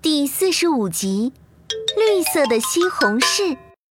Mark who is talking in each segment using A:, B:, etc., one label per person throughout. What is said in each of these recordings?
A: 第45集，绿色的西红柿。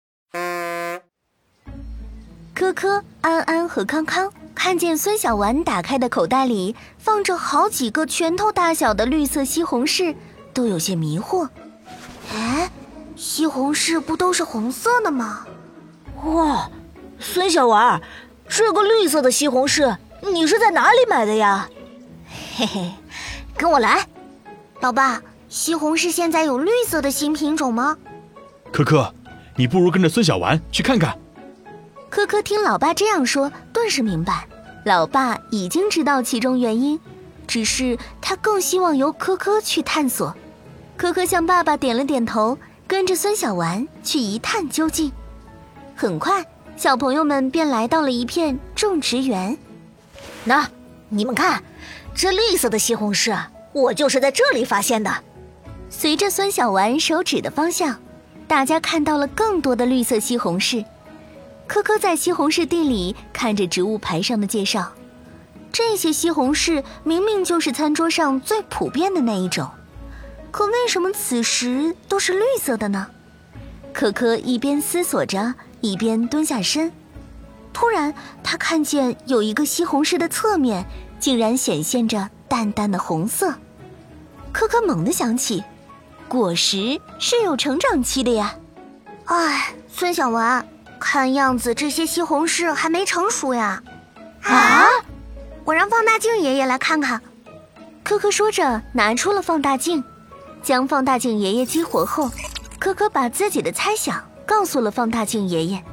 A: 科科、安安和康康看见孙小丸打开的口袋里放着好几个拳头大小的绿色西红柿，都有些迷惑。
B: 哎，西红柿不都是红色的吗？
C: 哇，孙小丸，这个绿色的西红柿你是在哪里买的呀？
B: 嘿嘿，跟我来。老爸，西红柿现在有绿色的新品种吗？
D: 科科，你不如跟着孙小丸去看看。
A: 科科听老爸这样说，顿时明白，老爸已经知道其中原因，只是他更希望由科科去探索。科科向爸爸点了点头，跟着孙小丸去一探究竟。很快，小朋友们便来到了一片种植园。
C: 那，你们看，这绿色的西红柿，我就是在这里发现的。
A: 随着孙小丸手指的方向，大家看到了更多的绿色西红柿。科科在西红柿地里看着植物牌上的介绍，这些西红柿明明就是餐桌上最普遍的那一种，可为什么此时都是绿色的呢？科科一边思索着，一边蹲下身。突然，他看见有一个西红柿的侧面竟然显现着淡淡的红色。科科猛地想起，果实是有成长期的呀。
B: 哎，孙小丸，看样子这些西红柿还没成熟呀。
C: 啊？
B: 我让放大镜爷爷来看看。
A: 科科说着拿出了放大镜，将放大镜爷爷激活后，科科把自己的猜想告诉了放大镜爷爷。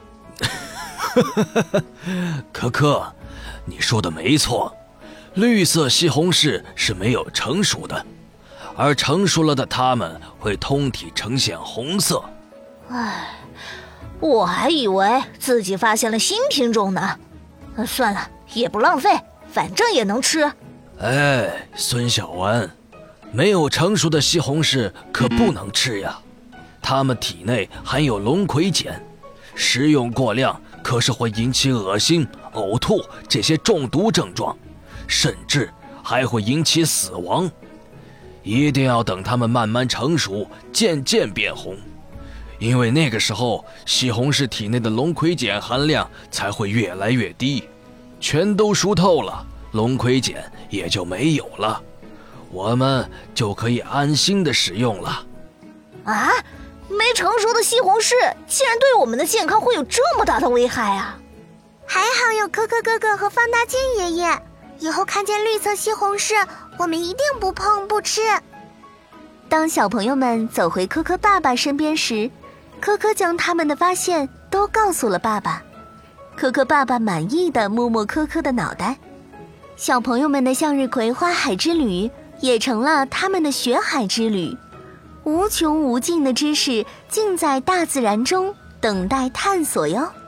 E: 科科，你说的没错，绿色西红柿是没有成熟的，而成熟了的它们会通体呈现红色。
C: 唉，我还以为自己发现了新品种呢。算了，也不浪费，反正也能吃。
E: 哎，孙小丸，没有成熟的西红柿可不能吃呀，它们体内含有龙葵碱，食用过量可是会引起恶心、呕吐这些中毒症状，甚至还会引起死亡。一定要等它们慢慢成熟，渐渐变红，因为那个时候西红柿体内的龙葵碱含量才会越来越低，全都熟透了，龙葵碱也就没有了，我们就可以安心的使用了。
C: 啊，没成熟的西红柿竟然对我们的健康会有这么大的危害啊！
B: 还好有科科哥哥和放大镜爷爷，以后看见绿色西红柿，我们一定不碰不吃。
A: 当小朋友们走回科科爸爸身边时，科科将他们的发现都告诉了爸爸。科科爸爸满意地摸摸科科的脑袋。小朋友们的向日葵花海之旅也成了他们的学海之旅，无穷无尽的知识尽在大自然中，等待探索哟。